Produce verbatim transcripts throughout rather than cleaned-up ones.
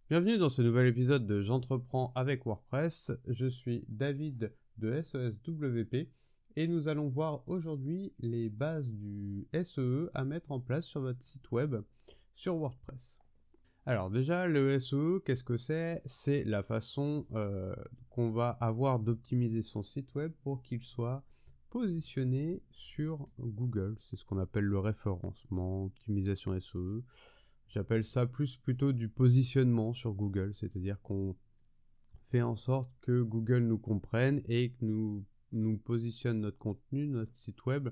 Bienvenue dans ce nouvel épisode de J'entreprends avec WordPress. Je suis David de S E S W P et nous allons voir aujourd'hui les bases du S E E à mettre en place sur votre site web sur WordPress. Alors déjà, le S E E, qu'est-ce que c'est? C'est la façon euh, qu'on va avoir d'optimiser son site web pour qu'il soit positionné sur Google. C'est ce qu'on appelle le référencement, optimisation S E E. J'appelle ça plus plutôt du positionnement sur Google, c'est-à-dire qu'on fait en sorte que Google nous comprenne et que nous, nous positionne notre contenu, notre site web,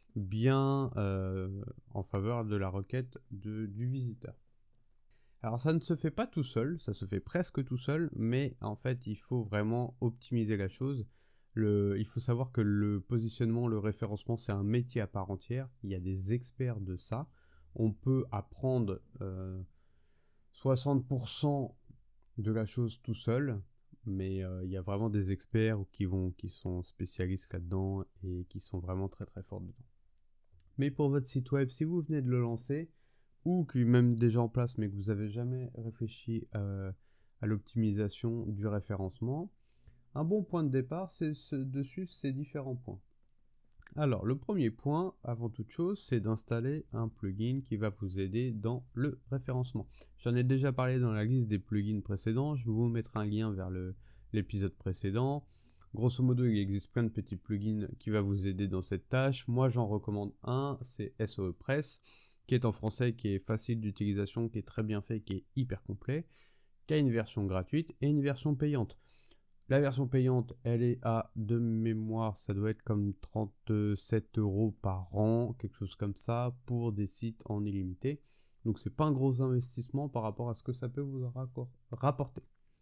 bien euh, en faveur de la requête de, du visiteur. Alors ça ne se fait pas tout seul, ça se fait presque tout seul, mais en fait il faut vraiment optimiser la chose. Le, il faut savoir que le positionnement, le référencement, c'est un métier à part entière. Il y a des experts de ça. On peut apprendre euh, soixante pour cent de la chose tout seul, mais euh, il y a vraiment des experts qui, vont, qui sont spécialistes là-dedans et qui sont vraiment très très forts dedans. Mais pour votre site web, si vous venez de le lancer, ou qui est même déjà en place mais que vous n'avez jamais réfléchi euh, à l'optimisation du référencement, un bon point de départ, c'est de suivre ces différents points. Alors, le premier point, avant toute chose, c'est d'installer un plugin qui va vous aider dans le référencement. J'en ai déjà parlé dans la liste des plugins précédents, je vous mettrai un lien vers l'épisode précédent. Grosso modo, il existe plein de petits plugins qui vont vous aider dans cette tâche. Moi, j'en recommande un, c'est S E O Press, qui est en français, qui est facile d'utilisation, qui est très bien fait, qui est hyper complet, qui a une version gratuite et une version payante. La version payante, elle est à, de mémoire, ça doit être comme trente-sept euros par an, quelque chose comme ça, pour des sites en illimité. Donc c'est pas un gros investissement par rapport à ce que ça peut vous rapporter.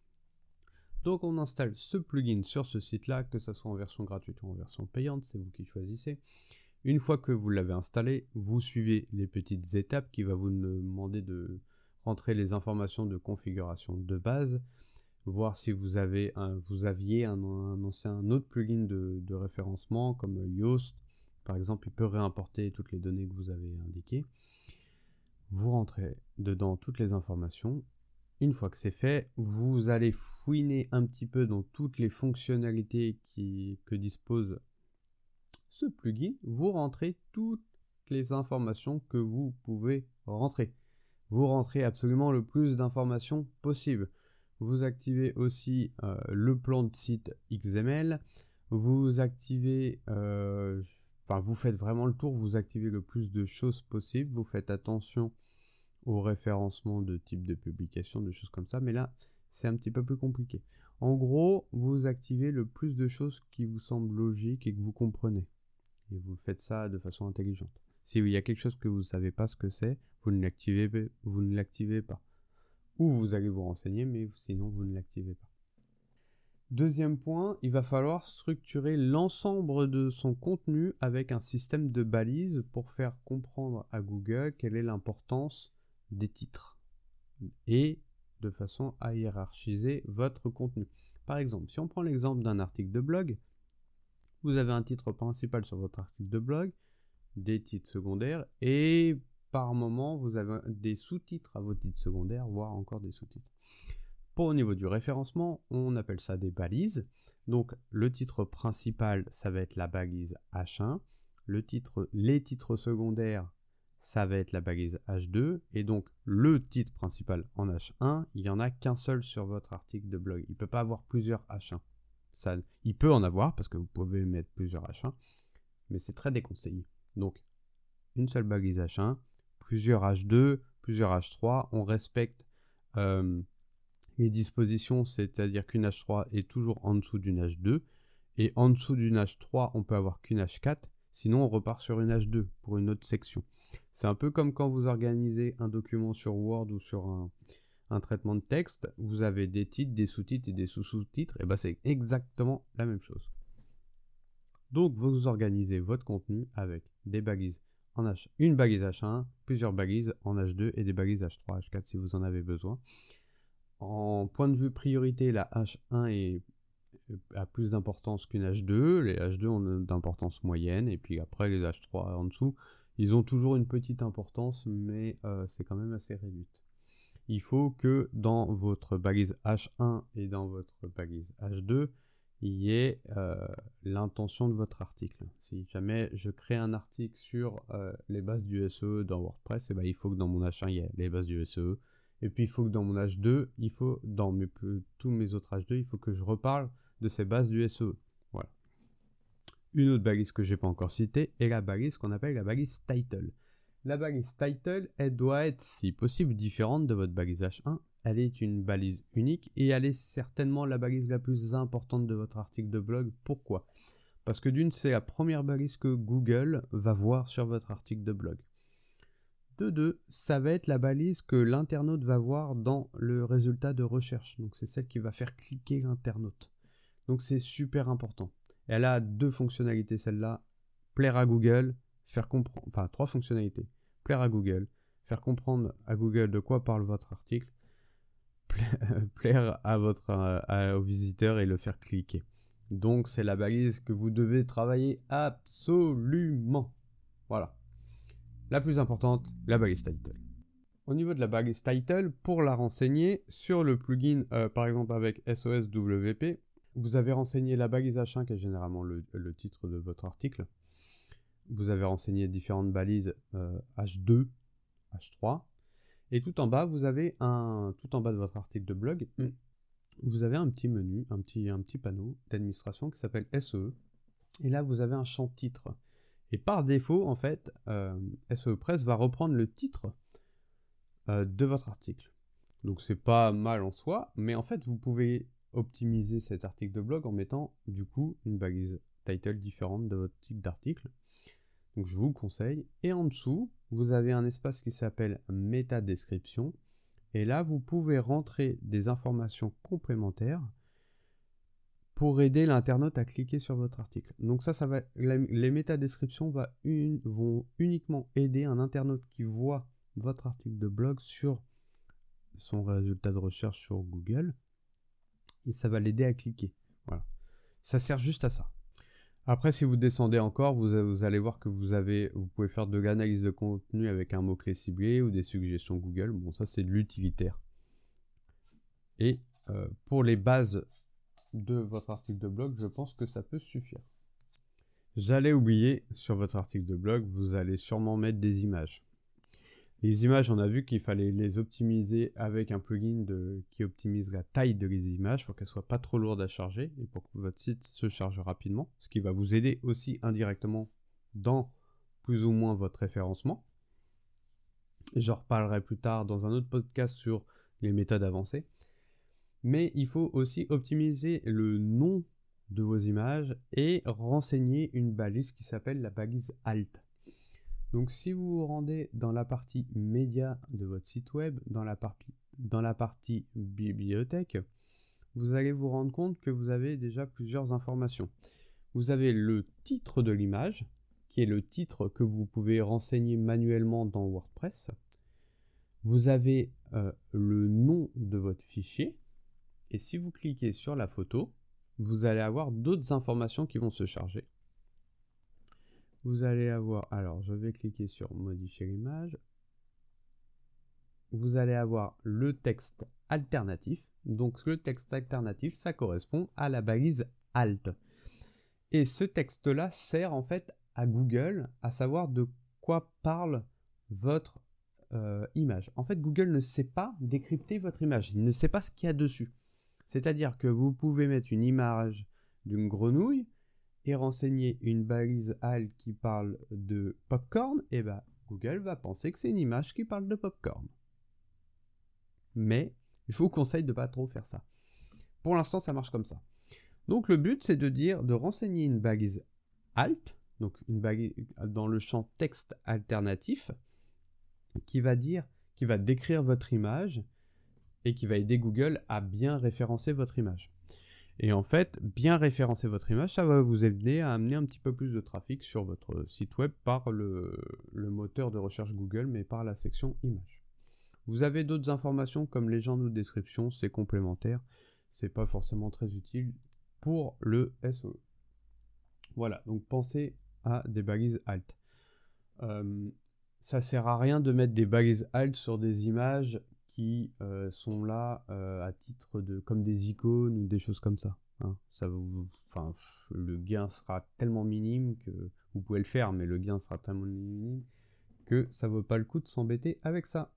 Donc on installe ce plugin sur ce site-là, que ce soit en version gratuite ou en version payante, c'est vous qui choisissez. Une fois que vous l'avez installé, vous suivez les petites étapes qui vont vous demander de rentrer les informations de configuration de base, voir si vous, avez un, vous aviez un, un ancien un autre plugin de, de référencement comme Yoast, par exemple, il peut réimporter toutes les données que vous avez indiquées. Vous rentrez dedans toutes les informations. Une fois que c'est fait, vous allez fouiner un petit peu dans toutes les fonctionnalités qui, que dispose ce plugin. Vous rentrez toutes les informations que vous pouvez rentrer. Vous rentrez absolument le plus d'informations possible. Vous activez aussi euh, le plan de site X M L. Vous activez, euh, enfin vous faites vraiment le tour, vous activez le plus de choses possible. Vous faites attention au référencement de type de publication, de choses comme ça. Mais là, c'est un petit peu plus compliqué. En gros, vous activez le plus de choses qui vous semblent logiques et que vous comprenez. Et vous faites ça de façon intelligente. S'il y a quelque chose que vous ne savez pas ce que c'est, vous ne l'activez, vous ne l'activez pas. Ou vous allez vous renseigner, mais sinon vous ne l'activez pas. Deuxième point, il va falloir structurer l'ensemble de son contenu avec un système de balises pour faire comprendre à Google quelle est l'importance des titres et de façon à hiérarchiser votre contenu. Par exemple, si on prend l'exemple d'un article de blog, vous avez un titre principal sur votre article de blog, des titres secondaires et par moment vous avez des sous-titres à vos titres secondaires, voire encore des sous-titres. Pour au niveau du référencement, on appelle ça des balises. Donc le titre principal, ça va être la balise H un, le titre, les titres secondaires, ça va être la balise H deux, et donc le titre principal en H un, il n'y en a qu'un seul sur votre article de blog. Il ne peut pas avoir plusieurs H un. Ça, il peut en avoir parce que vous pouvez mettre plusieurs H un, mais c'est très déconseillé. Donc une seule balise H un, plusieurs H deux, plusieurs H trois, on respecte euh, les dispositions, c'est-à-dire qu'une H trois est toujours en dessous d'une H deux, et en dessous d'une H trois, on peut avoir qu'une H quatre, sinon on repart sur une H deux pour une autre section. C'est un peu comme quand vous organisez un document sur Word ou sur un, un traitement de texte, vous avez des titres, des sous-titres et des sous-sous-titres, et bien c'est exactement la même chose. Donc vous organisez votre contenu avec des balises en H, une balise H un, plusieurs balises en H deux et des balises H trois, H quatre si vous en avez besoin. En point de vue priorité, la H un est, a plus d'importance qu'une H deux. Les H deux ont d'importance moyenne. Et puis après, les H trois en dessous, ils ont toujours une petite importance, mais euh, c'est quand même assez réduite. il faut que dans votre balise H un et dans votre balise H deux, il y ait euh, l'intention de votre article. Si jamais je crée un article sur euh, les bases du S E E dans WordPress, et ben, il faut que dans mon H un, il y ait les bases du S E E. Et puis il faut que dans mon H deux, il faut, dans mes, tous mes autres H deux, il faut que je reparle de ces bases du S E E. Voilà. Une autre balise que je n'ai pas encore citée est la balise qu'on appelle la balise title. La balise title, elle doit être, si possible, différente de votre balise H un. Elle est une balise unique et elle est certainement la balise la plus importante de votre article de blog. Pourquoi ? Parce que d'une, c'est la première balise que Google va voir sur votre article de blog. De deux, ça va être la balise que l'internaute va voir dans le résultat de recherche. Donc c'est celle qui va faire cliquer l'internaute. Donc c'est super important. Elle a deux fonctionnalités, celle-là. Plaire à Google, faire comprendre... Enfin, trois fonctionnalités. Plaire à Google, faire comprendre à Google de quoi parle votre article, plaire à votre, à, au visiteur et le faire cliquer. Donc c'est la balise que vous devez travailler absolument. Voilà. La plus importante, la balise title. Au niveau de la balise title, pour la renseigner sur le plugin, euh, par exemple avec S O S W P, vous avez renseigné la balise H un qui est généralement le, le titre de votre article. Vous avez renseigné différentes balises euh, H deux, H trois. Et tout en bas, vous avez un, tout en bas de votre article de blog, vous avez un petit menu, un petit, un petit panneau d'administration qui s'appelle S E E. Et là, vous avez un champ titre. Et par défaut, en fait, euh, S E E Press va reprendre le titre euh, de votre article. Donc, c'est pas mal en soi, mais en fait, vous pouvez optimiser cet article de blog en mettant, du coup, une balise title différente de votre type d'article. Donc, je vous le conseille. Et en dessous, vous avez un espace qui s'appelle métadescription. Et là, vous pouvez rentrer des informations complémentaires pour aider l'internaute à cliquer sur votre article. Donc ça, ça va, les métadescriptions va une, vont uniquement aider un internaute qui voit votre article de blog sur son résultat de recherche sur Google. Et ça va l'aider à cliquer. Voilà. Ça sert juste à ça. Après, si vous descendez encore, vous, vous allez voir que vous avez, vous pouvez faire de l'analyse de contenu avec un mot-clé ciblé ou des suggestions Google. Bon, ça, c'est de l'utilitaire. Et euh, pour les bases de votre article de blog, je pense que ça peut suffire. J'allais oublier, sur votre article de blog, vous allez sûrement mettre des images. Les images, on a vu qu'il fallait les optimiser avec un plugin de, qui optimise la taille de les images pour qu'elles ne soient pas trop lourdes à charger et pour que votre site se charge rapidement, ce qui va vous aider aussi indirectement dans plus ou moins votre référencement. J'en reparlerai plus tard dans un autre podcast sur les méthodes avancées. Mais il faut aussi optimiser le nom de vos images et renseigner une balise qui s'appelle la balise alt. Donc si vous vous rendez dans la partie médias de votre site web, dans la partie, dans la partie bibliothèque, vous allez vous rendre compte que vous avez déjà plusieurs informations. Vous avez le titre de l'image, qui est le titre que vous pouvez renseigner manuellement dans WordPress. Vous avez euh, le nom de votre fichier. Et si vous cliquez sur la photo, vous allez avoir d'autres informations qui vont se charger. Vous allez avoir, alors je vais cliquer sur modifier l'image. Vous allez avoir le texte alternatif. Donc le texte alternatif, ça correspond à la balise alt. Et ce texte-là sert en fait à Google à savoir de quoi parle votre euh, image. En fait, Google ne sait pas décrypter votre image. Il ne sait pas ce qu'il y a dessus. C'est-à-dire que vous pouvez mettre une image d'une grenouille et renseigner une balise alt qui parle de popcorn, et ben Google va penser que c'est une image qui parle de popcorn. Mais je vous conseille de ne pas trop faire ça. Pour l'instant, ça marche comme ça. Donc le but, c'est de dire, de renseigner une balise alt, donc une balise dans le champ texte alternatif, qui va dire, qui va décrire votre image et qui va aider Google à bien référencer votre image. Et en fait, bien référencer votre image, ça va vous aider à amener un petit peu plus de trafic sur votre site web par le, le moteur de recherche Google, mais par la section images. Vous avez d'autres informations comme légende ou description, c'est complémentaire, c'est pas forcément très utile pour le S E O. Voilà, donc pensez à des balises alt. Euh, ça sert à rien de mettre des balises alt sur des images qui euh, sont là euh, à titre de comme des icônes ou des choses comme ça. Hein. Ça vous, enfin, le gain sera tellement minime que vous pouvez le faire, mais le gain sera tellement minime que ça vaut pas le coup de s'embêter avec ça.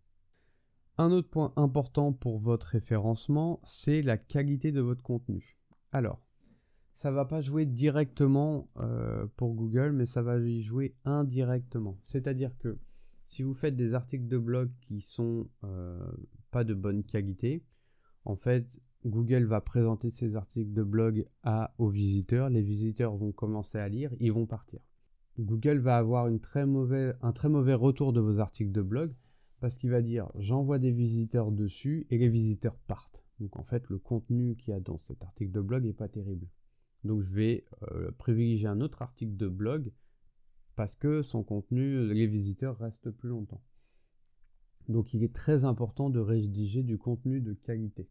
Un autre point important pour votre référencement, c'est la qualité de votre contenu. Alors, ça va pas jouer directement euh, pour Google, mais ça va y jouer indirectement. C'est-à-dire que si vous faites des articles de blog qui sont euh, pas de bonne qualité, en fait, Google va présenter ces articles de blog à, aux visiteurs. Les visiteurs vont commencer à lire, ils vont partir. Google va avoir une très mauvaise, un très mauvais retour de vos articles de blog parce qu'il va dire j'envoie des visiteurs dessus et les visiteurs partent. Donc en fait, le contenu qu'il y a dans cet article de blog n'est pas terrible. Donc je vais euh, privilégier un autre article de blog parce que son contenu, les visiteurs restent plus longtemps. Donc il est très important de rédiger du contenu de qualité.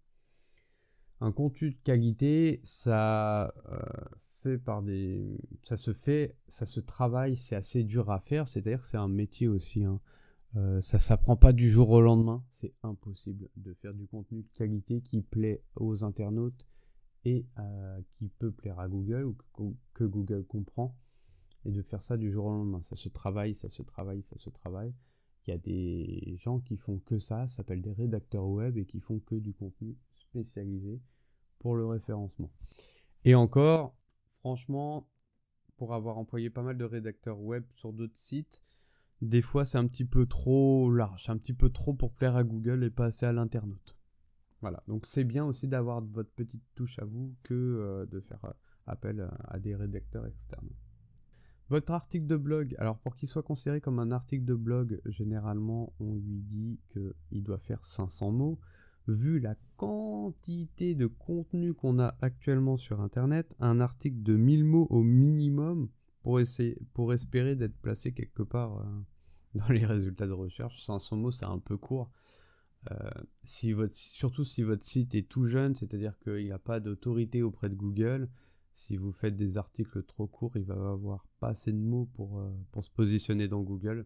Un contenu de qualité, ça, euh, fait par des, ça se fait, ça se travaille, c'est assez dur à faire, c'est-à-dire que c'est un métier aussi. Hein. Euh, ça ne s'apprend pas du jour au lendemain, c'est impossible de faire du contenu de qualité qui plaît aux internautes et euh, qui peut plaire à Google ou que, que Google comprend, et de faire ça du jour au lendemain. Ça se travaille, ça se travaille, ça se travaille. Il y a des gens qui font que ça, ça s'appelle des rédacteurs web et qui font que du contenu spécialisé pour le référencement. Et encore, franchement, pour avoir employé pas mal de rédacteurs web sur d'autres sites, des fois c'est un petit peu trop large, c'est un petit peu trop pour plaire à Google et pas assez à l'internaute. Voilà, donc c'est bien aussi d'avoir votre petite touche à vous que euh, de faire euh, appel à, à des rédacteurs externes. Votre article de blog, alors pour qu'il soit considéré comme un article de blog, généralement on lui dit qu'il doit faire cinq cents mots. Vu la quantité de contenu qu'on a actuellement sur internet, un article de mille mots au minimum pour, essayer, pour espérer d'être placé quelque part euh, dans les résultats de recherche. cinq cents mots, c'est un peu court. Euh, si votre, surtout si votre site est tout jeune, c'est-à-dire qu'il n'y a pas d'autorité auprès de Google. Si vous faites des articles trop courts, il va avoir pas assez de mots pour, euh, pour se positionner dans Google.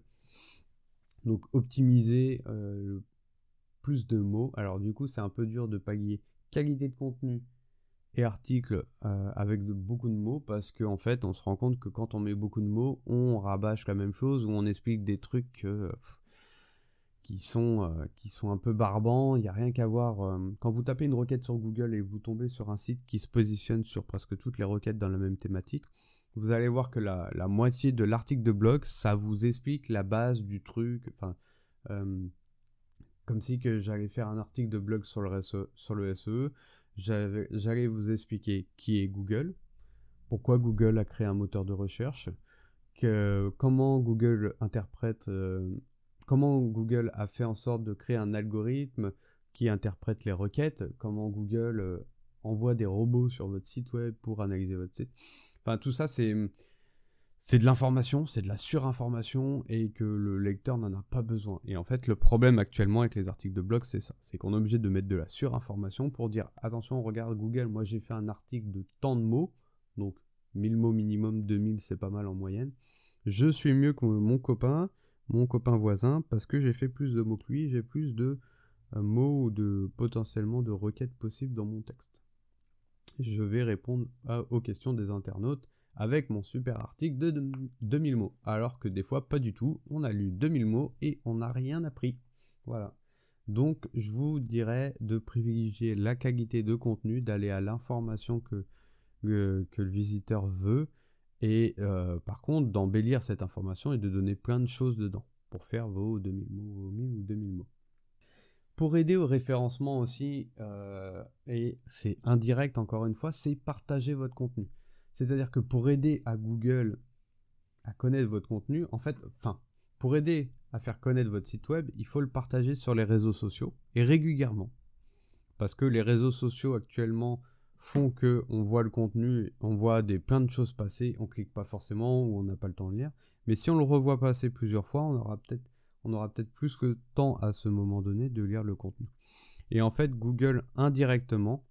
Donc optimisez euh, le plus de mots. Alors du coup, c'est un peu dur de pallier qualité de contenu et articles euh, avec de, beaucoup de mots, parce qu'en fait, on se rend compte que quand on met beaucoup de mots, on rabâche la même chose ou on explique des trucs euh, pff, qui sont, euh, qui sont un peu barbants. Il n'y a rien qu'à voir. Euh, quand vous tapez une requête sur Google et vous tombez sur un site qui se positionne sur presque toutes les requêtes dans la même thématique, vous allez voir que la, la moitié de l'article de blog, ça vous explique la base du truc. Enfin, euh, comme si que j'allais faire un article de blog sur le, S E, sur le S E E, j'allais, j'allais vous expliquer qui est Google, pourquoi Google a créé un moteur de recherche, que, comment Google interprète... Euh, comment Google a fait en sorte de créer un algorithme qui interprète les requêtes, comment Google euh, envoie des robots sur votre site web pour analyser votre site. Enfin, tout ça, c'est, c'est de l'information, c'est de la surinformation et que le lecteur n'en a pas besoin. Et en fait, le problème actuellement avec les articles de blog, c'est ça. C'est qu'on est obligé de mettre de la surinformation pour dire, attention, regarde Google, moi j'ai fait un article de tant de mots, donc mille mots minimum, deux mille, c'est pas mal en moyenne. Je suis mieux que mon copain, mon copain voisin, parce que j'ai fait plus de mots que lui, j'ai plus de euh, mots ou de potentiellement de requêtes possibles dans mon texte. Je vais répondre à, aux questions des internautes avec mon super article de deux mille mots, alors que des fois pas du tout, on a lu deux mille mots et on n'a rien appris. Voilà. Donc je vous dirais de privilégier la qualité de contenu, d'aller à l'information que, que, que le visiteur veut, et euh, par contre d'embellir cette information et de donner plein de choses dedans pour faire vos deux mille mots, vos mille ou deux mille mots. Pour aider au référencement aussi, euh, et c'est indirect encore une fois, c'est partager votre contenu. C'est-à-dire que pour aider à Google à connaître votre contenu, en fait, enfin, pour aider à faire connaître votre site web, il faut le partager sur les réseaux sociaux et régulièrement. Parce que les réseaux sociaux actuellement font que on voit le contenu, on voit des plein de choses passer, on clique pas forcément ou on n'a pas le temps de lire. Mais si on le revoit passer plusieurs fois, on aura peut-être on aura peut-être plus que temps à ce moment donné de lire le contenu. Et en fait, Google indirectement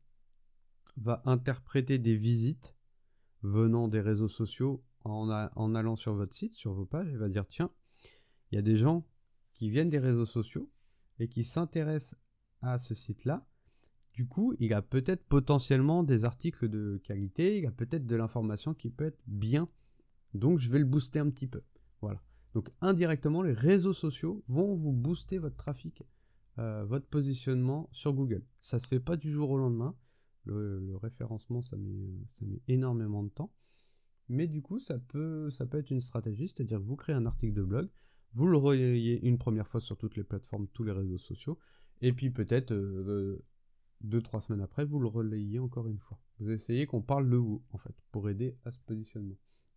va interpréter des visites venant des réseaux sociaux en, a, en allant sur votre site, sur vos pages, et va dire tiens, il y a des gens qui viennent des réseaux sociaux et qui s'intéresse à ce site-là, du coup, il a peut-être potentiellement des articles de qualité, il a peut-être de l'information qui peut être bien. Donc, je vais le booster un petit peu. Voilà. Donc, indirectement, les réseaux sociaux vont vous booster votre trafic, euh, votre positionnement sur Google. Ça ne se fait pas du jour au lendemain. Le, le référencement, ça met, ça met énormément de temps. Mais du coup, ça peut, ça peut être une stratégie, c'est-à-dire que vous créez un article de blog, vous le relayez une première fois sur toutes les plateformes, tous les réseaux sociaux, et puis peut-être euh, deux, trois semaines après, vous le relayez encore une fois. Vous essayez qu'on parle de vous, en fait, pour aider à ce positionnement.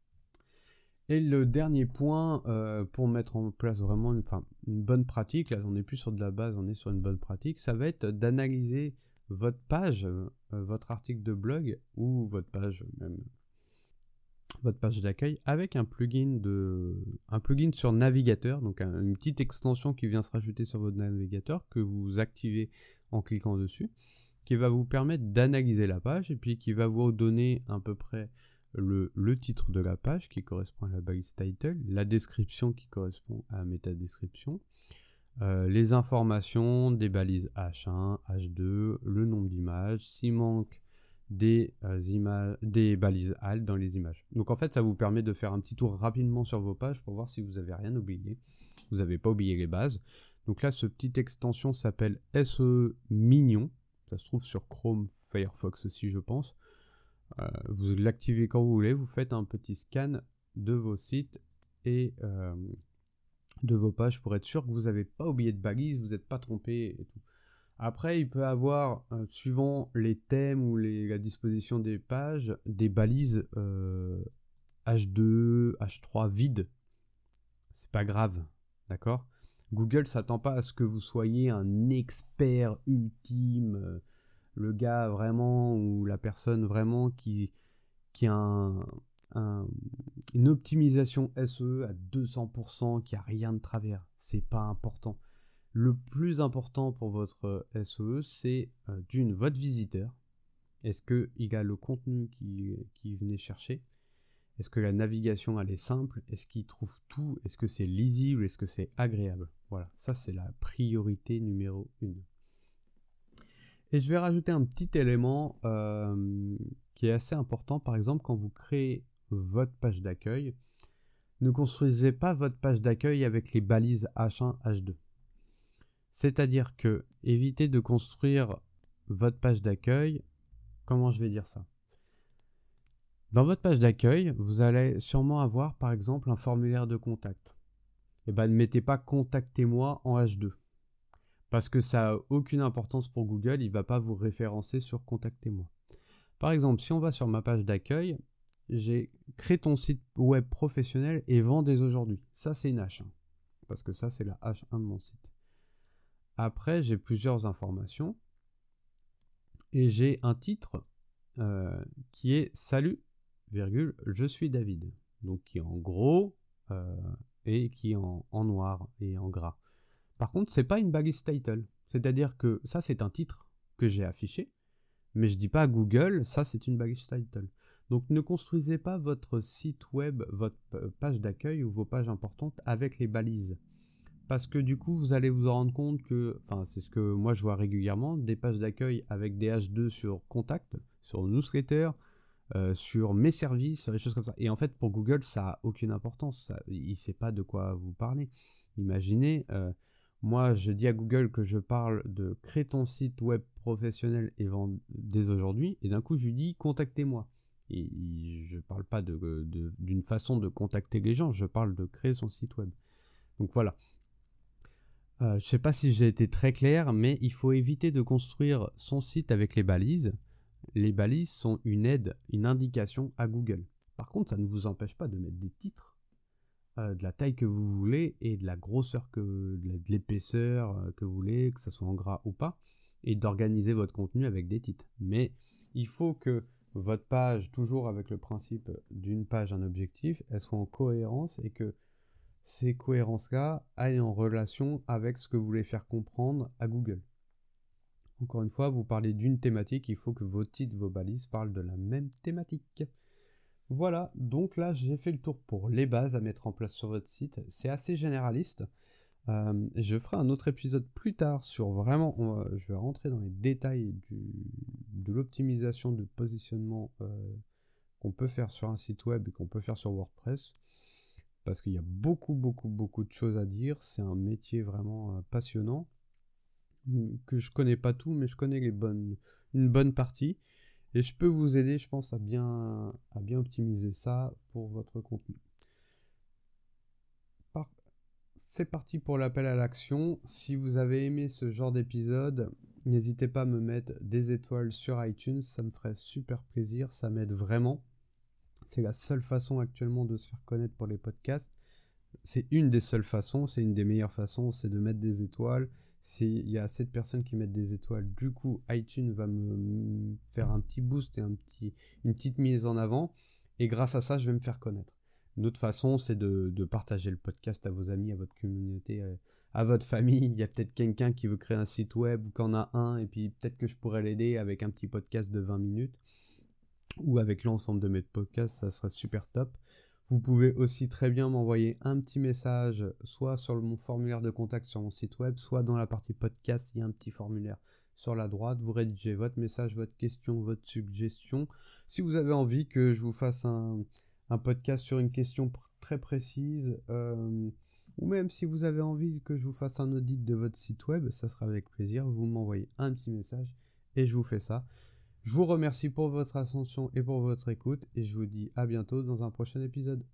Et le dernier point, euh, pour mettre en place vraiment une, enfin, une bonne pratique, là on n'est plus sur de la base, on est sur une bonne pratique, ça va être d'analyser votre page, euh, votre article de blog, ou votre page même, votre page d'accueil, avec un plugin, de, un plugin sur navigateur, donc un, une petite extension qui vient se rajouter sur votre navigateur, que vous activez en cliquant dessus, qui va vous permettre d'analyser la page, et puis qui va vous donner à peu près Le, le titre de la page qui correspond à la balise title, la description qui correspond à la métadescription, euh, les informations des balises H un, H deux, le nombre d'images, s'il manque des, euh, images, des balises alt dans les images. Donc en fait, ça vous permet de faire un petit tour rapidement sur vos pages pour voir si vous n'avez rien oublié. Vous n'avez pas oublié les bases. Donc là, cette petite extension s'appelle S E O Mignon. Ça se trouve sur Chrome, Firefox aussi, je pense. Euh, vous l'activez quand vous voulez, vous faites un petit scan de vos sites et euh, de vos pages pour être sûr que vous n'avez pas oublié de balises, vous n'êtes pas trompé et tout. Après, il peut avoir, euh, suivant les thèmes ou les, la disposition des pages, des balises euh, H deux, H trois vides. C'est pas grave, d'accord ? Google s'attend pas à ce que vous soyez un expert ultime, euh, le gars vraiment ou la personne vraiment qui qui a un, un, une optimisation S E O à deux cents pour cent, qui a rien de travers. C'est pas important. Le plus important pour votre S E O, c'est euh, d'une, votre visiteur. Est-ce qu'il a le contenu qu'il qui venait chercher ? Est-ce que la navigation elle est simple ? Est-ce qu'il trouve tout ? Est-ce que c'est lisible ? Est-ce que c'est agréable ? Voilà, ça c'est la priorité numéro une. Et je vais rajouter un petit élément euh, qui est assez important. Par exemple, quand vous créez votre page d'accueil, ne construisez pas votre page d'accueil avec les balises H un, H deux. C'est-à-dire que évitez de construire votre page d'accueil. Comment je vais dire ça ? Dans votre page d'accueil, vous allez sûrement avoir par exemple un formulaire de contact. Et bien, ne mettez pas contactez-moi en H deux. Parce que ça n'a aucune importance pour Google, il ne va pas vous référencer sur contactez-moi. Par exemple, si on va sur ma page d'accueil, j'ai créé ton site web professionnel et vends dès aujourd'hui. Ça, c'est une H un. Parce que ça, c'est la H un de mon site. Après, j'ai plusieurs informations. Et j'ai un titre euh, qui est salut, virgule, je suis David. Donc qui est en gros euh, et qui est en, en noir et en gras. Par contre, c'est pas une balise title. C'est-à-dire que ça, c'est un titre que j'ai affiché. Mais je dis pas à Google, ça c'est une balise title. Donc ne construisez pas votre site web, votre page d'accueil ou vos pages importantes avec les balises. Parce que du coup, vous allez vous en rendre compte que, enfin c'est ce que moi je vois régulièrement, des pages d'accueil avec des H deux sur contact, sur newsletter, euh, sur mes services, sur des choses comme ça. Et en fait, pour Google, ça n'a aucune importance. Ça, il ne sait pas de quoi vous parlez. Imaginez... Euh, Moi, je dis à Google que je parle de créer ton site web professionnel et vendre dès aujourd'hui, et d'un coup, je lui dis contactez-moi. Et je ne parle pas de, de, d'une façon de contacter les gens, je parle de créer son site web. Donc voilà. Euh, je ne sais pas si j'ai été très clair, mais il faut éviter de construire son site avec les balises. Les balises sont une aide, une indication à Google. Par contre, ça ne vous empêche pas de mettre des titres. Euh, de la taille que vous voulez et de la grosseur, que, de l'épaisseur euh, que vous voulez, que ce soit en gras ou pas, et d'organiser votre contenu avec des titres. Mais il faut que votre page, toujours avec le principe d'une page, un objectif, elle soit en cohérence et que ces cohérences-là aillent en relation avec ce que vous voulez faire comprendre à Google. Encore une fois, vous parlez d'une thématique, il faut que vos titres, vos balises parlent de la même thématique. Voilà, donc là j'ai fait le tour pour les bases à mettre en place sur votre site. C'est assez généraliste. Euh, je ferai un autre épisode plus tard sur vraiment, on va- je vais rentrer dans les détails du, de l'optimisation de positionnement euh, qu'on peut faire sur un site web et qu'on peut faire sur WordPress. Parce qu'il y a beaucoup, beaucoup, beaucoup de choses à dire. C'est un métier vraiment euh, passionnant. Que je connais pas tout, mais je connais les bonnes, une bonne partie. Et je peux vous aider, je pense, à bien, à bien optimiser ça pour votre contenu. Par... C'est parti pour l'appel à l'action. Si vous avez aimé ce genre d'épisode, n'hésitez pas à me mettre des étoiles sur iTunes. Ça me ferait super plaisir. Ça m'aide vraiment. C'est la seule façon actuellement de se faire connaître pour les podcasts. C'est une des seules façons, c'est une des meilleures façons, c'est de mettre des étoiles. S'il y a assez de personnes qui mettent des étoiles, du coup, iTunes va me faire un petit boost et un petit, une petite mise en avant. Et grâce à ça, je vais me faire connaître. Une autre façon, c'est de, de partager le podcast à vos amis, à votre communauté, à, à votre famille. Il y a peut-être quelqu'un qui veut créer un site web ou qui en a un, et puis peut-être que je pourrais l'aider avec un petit podcast de vingt minutes. Ou avec l'ensemble de mes podcasts, ça serait super top. Vous pouvez aussi très bien m'envoyer un petit message, soit sur mon formulaire de contact sur mon site web, soit dans la partie podcast, il y a un petit formulaire sur la droite. Vous rédigez votre message, votre question, votre suggestion. Si vous avez envie que je vous fasse un, un podcast sur une question pr- très précise, euh, ou même si vous avez envie que je vous fasse un audit de votre site web, ça sera avec plaisir. Vous m'envoyez un petit message et je vous fais ça. Je vous remercie pour votre attention et pour votre écoute et je vous dis à bientôt dans un prochain épisode.